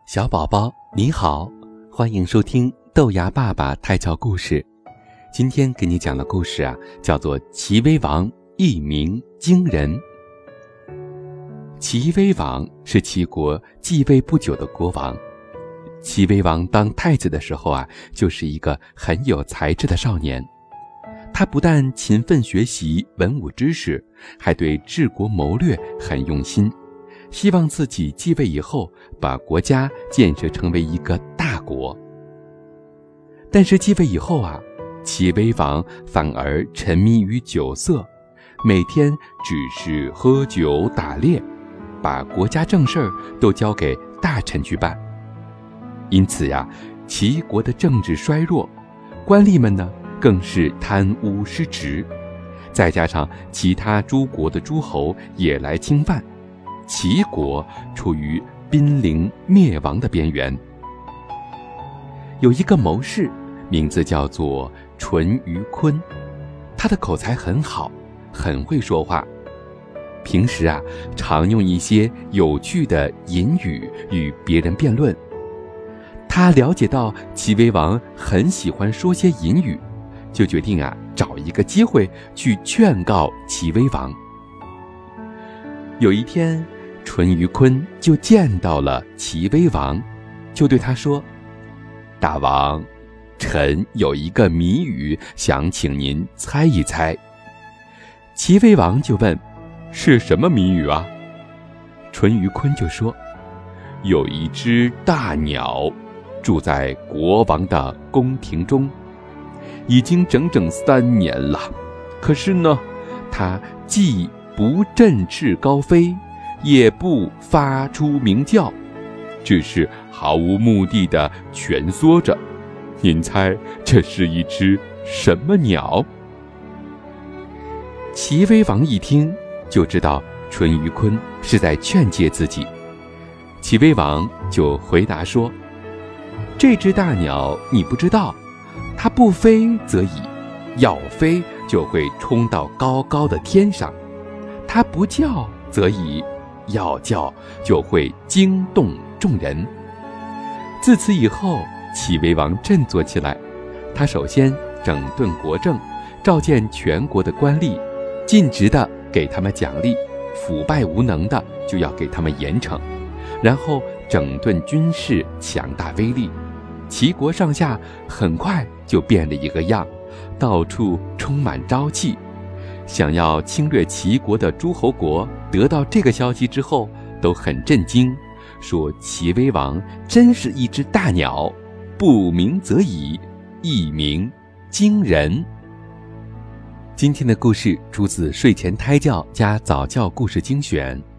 小宝宝你好，欢迎收听豆芽爸爸胎教故事。今天给你讲的故事叫做齐威王一鸣惊人。齐威王是齐国继位不久的国王。齐威王当太子的时候就是一个很有才智的少年。他不但勤奋学习文武知识，还对治国谋略很用心，希望自己继位以后把国家建设成为一个大国。但是继位以后齐威王反而沉迷于酒色，每天只是喝酒打猎，把国家正事儿都交给大臣去办。因此齐国的政治衰弱，官吏们呢更是贪污失职，再加上其他诸国的诸侯也来侵犯，齐国处于濒临灭亡的边缘。有一个谋士，名字叫做淳于髡，他的口才很好，很会说话，平时常用一些有趣的隐语与别人辩论。他了解到齐威王很喜欢说些隐语，就决定找一个机会去劝告齐威王。有一天，淳于髡就见到了齐威王，就对他说：大王，臣有一个谜语想请您猜一猜。齐威王就问：是什么谜语啊？淳于髡就说：有一只大鸟住在国王的宫廷中，已经整整3年了，可是呢，它既不振翅高飞，也不发出鸣叫，只是毫无目的地蜷缩着。您猜这是一只什么鸟？齐威王一听就知道淳于髡是在劝诫自己。齐威王就回答说：这只大鸟你不知道，它不飞则已，要飞就会冲到高高的天上；它不叫则已，要叫就会惊动众人。自此以后，齐威王振作起来，他首先整顿国政，召见全国的官吏，尽职的给他们奖励，腐败无能的就要给他们严惩，然后整顿军事，强大威力。齐国上下很快就变了一个样，到处充满朝气。想要侵略齐国的诸侯国得到这个消息之后都很震惊，说齐威王真是一只大鸟，不鸣则已，一鸣惊人。今天的故事出自睡前胎教加早教故事精选。